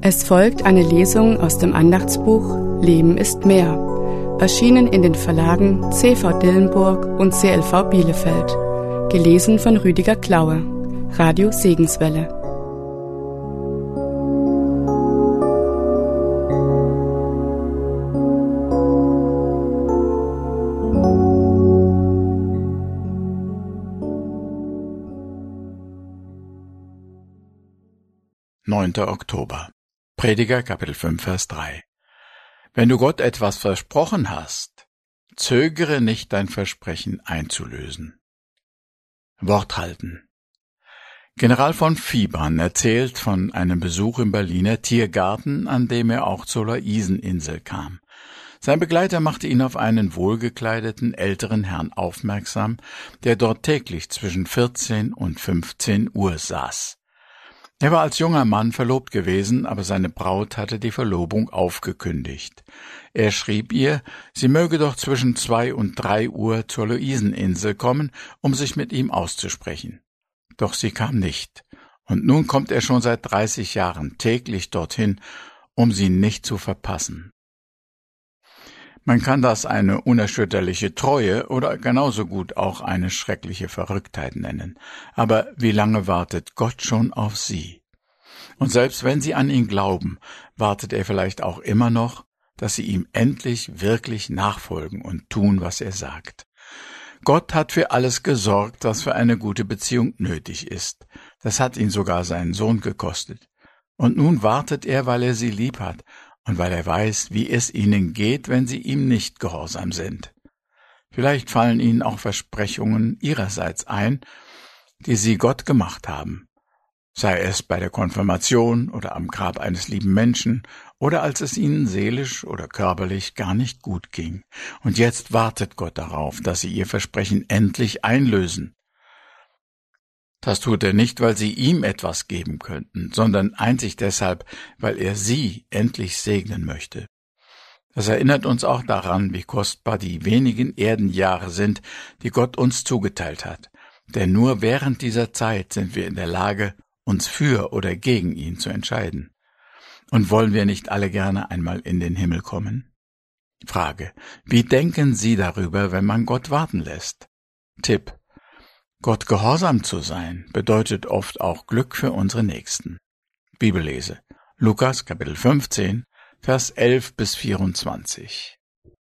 Es folgt eine Lesung aus dem Andachtsbuch Leben ist mehr, erschienen in den Verlagen CV Dillenburg und CLV Bielefeld, gelesen von Rüdiger Klaue, Radio Segenswelle. Oktober. Prediger, Kapitel 5, Vers 3. Wenn du Gott etwas versprochen hast, zögere nicht, dein Versprechen einzulösen. Wort halten. General von Fiebern erzählt von einem Besuch im Berliner Tiergarten, an dem er auch zur Luiseninsel kam. Sein Begleiter machte ihn auf einen wohlgekleideten älteren Herrn aufmerksam, der dort täglich zwischen 14 und 15 Uhr saß. Er war als junger Mann verlobt gewesen, aber seine Braut hatte die Verlobung aufgekündigt. Er schrieb ihr, sie möge doch zwischen 2 und 3 Uhr zur Luiseninsel kommen, um sich mit ihm auszusprechen. Doch sie kam nicht, und nun kommt er schon seit 30 Jahren täglich dorthin, um sie nicht zu verpassen. Man kann das eine unerschütterliche Treue oder genauso gut auch eine schreckliche Verrücktheit nennen. Aber wie lange wartet Gott schon auf sie? Und selbst wenn sie an ihn glauben, wartet er vielleicht auch immer noch, dass sie ihm endlich wirklich nachfolgen und tun, was er sagt. Gott hat für alles gesorgt, was für eine gute Beziehung nötig ist. Das hat ihn sogar seinen Sohn gekostet. Und nun wartet er, weil er sie lieb hat und weil er weiß, wie es ihnen geht, wenn sie ihm nicht gehorsam sind. Vielleicht fallen ihnen auch Versprechungen ihrerseits ein, die sie Gott gemacht haben, sei es bei der Konfirmation oder am Grab eines lieben Menschen oder als es ihnen seelisch oder körperlich gar nicht gut ging. Und jetzt wartet Gott darauf, dass sie ihr Versprechen endlich einlösen. Das tut er nicht, weil sie ihm etwas geben könnten, sondern einzig deshalb, weil er sie endlich segnen möchte. Das erinnert uns auch daran, wie kostbar die wenigen Erdenjahre sind, die Gott uns zugeteilt hat. Denn nur während dieser Zeit sind wir in der Lage, uns für oder gegen ihn zu entscheiden. Und wollen wir nicht alle gerne einmal in den Himmel kommen? Frage: Wie denken Sie darüber, wenn man Gott warten lässt? Tipp: Gott gehorsam zu sein, bedeutet oft auch Glück für unsere Nächsten. Bibellese: Lukas, Kapitel 15, Vers 11 bis 24.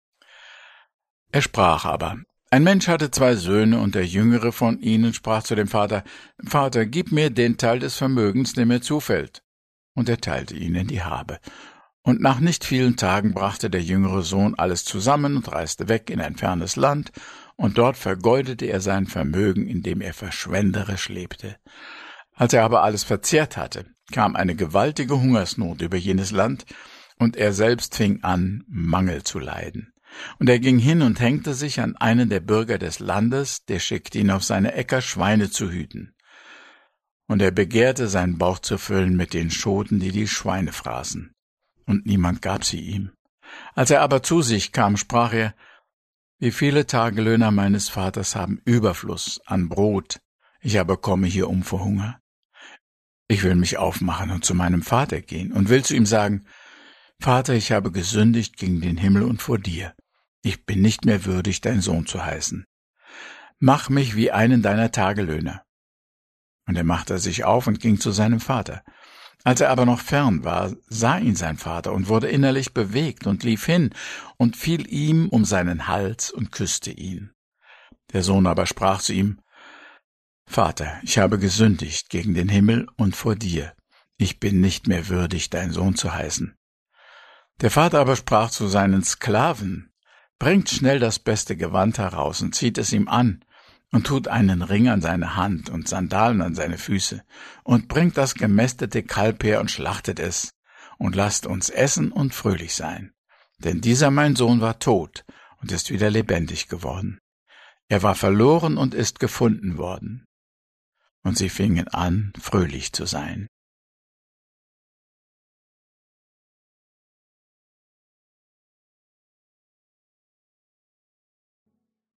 Er sprach aber: Ein Mensch hatte 2 Söhne, und der jüngere von ihnen sprach zu dem Vater: Vater, gib mir den Teil des Vermögens, der mir zufällt. Und er teilte ihnen die Habe. Und nach nicht vielen Tagen brachte der jüngere Sohn alles zusammen und reiste weg in ein fernes Land, und dort vergeudete er sein Vermögen, indem er verschwenderisch lebte. Als er aber alles verzehrt hatte, kam eine gewaltige Hungersnot über jenes Land, und er selbst fing an, Mangel zu leiden. Und er ging hin und hängte sich an einen der Bürger des Landes, der schickte ihn auf seine Äcker, Schweine zu hüten. Und er begehrte, seinen Bauch zu füllen mit den Schoten, die die Schweine fraßen. Und niemand gab sie ihm. Als er aber zu sich kam, sprach er: Wie viele Tagelöhner meines Vaters haben Überfluss an Brot, ich aber komme hier um vor Hunger. Ich will mich aufmachen und zu meinem Vater gehen und will zu ihm sagen: Vater, ich habe gesündigt gegen den Himmel und vor dir. Ich bin nicht mehr würdig, dein Sohn zu heißen. Mach mich wie einen deiner Tagelöhner. Und er machte sich auf und ging zu seinem Vater. Als er aber noch fern war, sah ihn sein Vater und wurde innerlich bewegt und lief hin und fiel ihm um seinen Hals und küsste ihn. Der Sohn aber sprach zu ihm: Vater, ich habe gesündigt gegen den Himmel und vor dir. Ich bin nicht mehr würdig, dein Sohn zu heißen. Der Vater aber sprach zu seinen Sklaven: Bringt schnell das beste Gewand heraus und zieht es ihm an und tut einen Ring an seine Hand und Sandalen an seine Füße und bringt das gemästete Kalb her und schlachtet es und lasst uns essen und fröhlich sein. Denn dieser mein Sohn war tot und ist wieder lebendig geworden. Er war verloren und ist gefunden worden. Und sie fingen an, fröhlich zu sein.